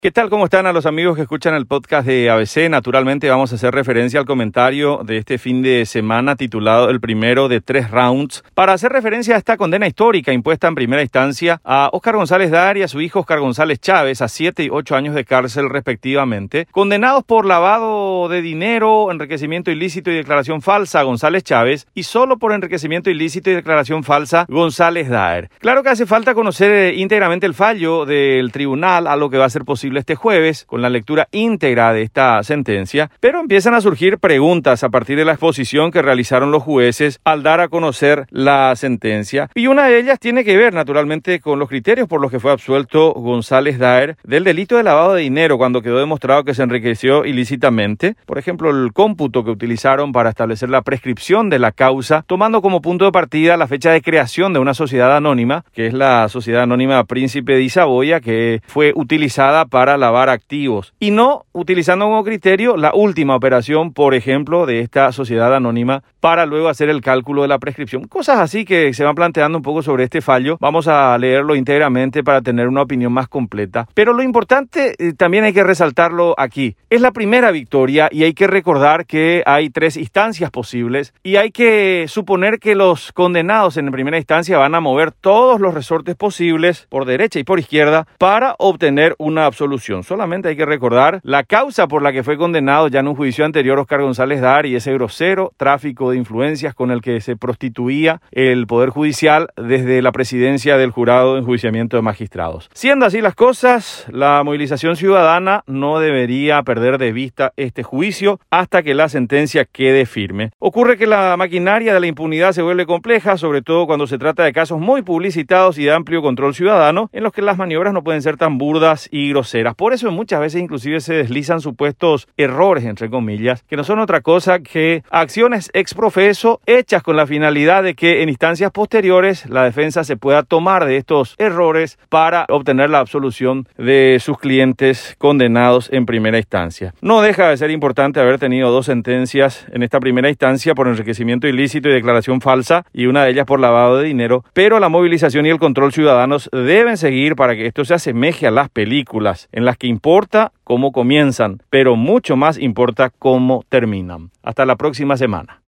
¿Qué tal? ¿Cómo están a los amigos que escuchan el podcast de ABC? Naturalmente vamos a hacer referencia al comentario de este fin de semana titulado El primero de 3 rounds, para hacer referencia a esta condena histórica impuesta en primera instancia a Óscar González Daer y a su hijo Óscar González Chávez a 7 y 8 años de cárcel respectivamente, condenados por lavado de dinero, enriquecimiento ilícito y declaración falsa a González Chávez y solo por enriquecimiento ilícito y declaración falsa González Daer. Claro que hace falta conocer íntegramente el fallo del tribunal, a lo que va a ser posible este jueves con la lectura íntegra de esta sentencia, pero empiezan a surgir preguntas a partir de la exposición que realizaron los jueces al dar a conocer la sentencia, y una de ellas tiene que ver naturalmente con los criterios por los que fue absuelto González Daer del delito de lavado de dinero cuando quedó demostrado que se enriqueció ilícitamente. Por ejemplo, el cómputo que utilizaron para establecer la prescripción de la causa, tomando como punto de partida la fecha de creación de una sociedad anónima, que es la Sociedad Anónima Príncipe de Isaboya, que fue utilizada para lavar activos, y no utilizando como criterio la última operación, por ejemplo, de esta sociedad anónima para luego hacer el cálculo de la prescripción. Cosas así que se van planteando un poco sobre este fallo. Vamos a leerlo íntegramente para tener una opinión más completa. Pero lo importante, también hay que resaltarlo aquí, es la primera victoria, y hay que recordar que hay 3 instancias posibles y hay que suponer que los condenados en primera instancia van a mover todos los resortes posibles por derecha y por izquierda para obtener una absolución. Solamente hay que recordar la causa por la que fue condenado ya en un juicio anterior Óscar González Daer y ese grosero tráfico de influencias con el que se prostituía el Poder Judicial desde la presidencia del Jurado de Enjuiciamiento de Magistrados. Siendo así las cosas, la movilización ciudadana no debería perder de vista este juicio hasta que la sentencia quede firme. Ocurre que la maquinaria de la impunidad se vuelve compleja, sobre todo cuando se trata de casos muy publicitados y de amplio control ciudadano, en los que las maniobras no pueden ser tan burdas y groseras. Por eso muchas veces inclusive se deslizan supuestos errores, entre comillas, que no son otra cosa que acciones ex profeso hechas con la finalidad de que en instancias posteriores la defensa se pueda tomar de estos errores para obtener la absolución de sus clientes condenados en primera instancia. No deja de ser importante haber tenido 2 sentencias en esta primera instancia por enriquecimiento ilícito y declaración falsa, y una de ellas por lavado de dinero, pero la movilización y el control ciudadanos deben seguir para que esto se asemeje a las películas, en las que importa cómo comienzan, pero mucho más importa cómo terminan. Hasta la próxima semana.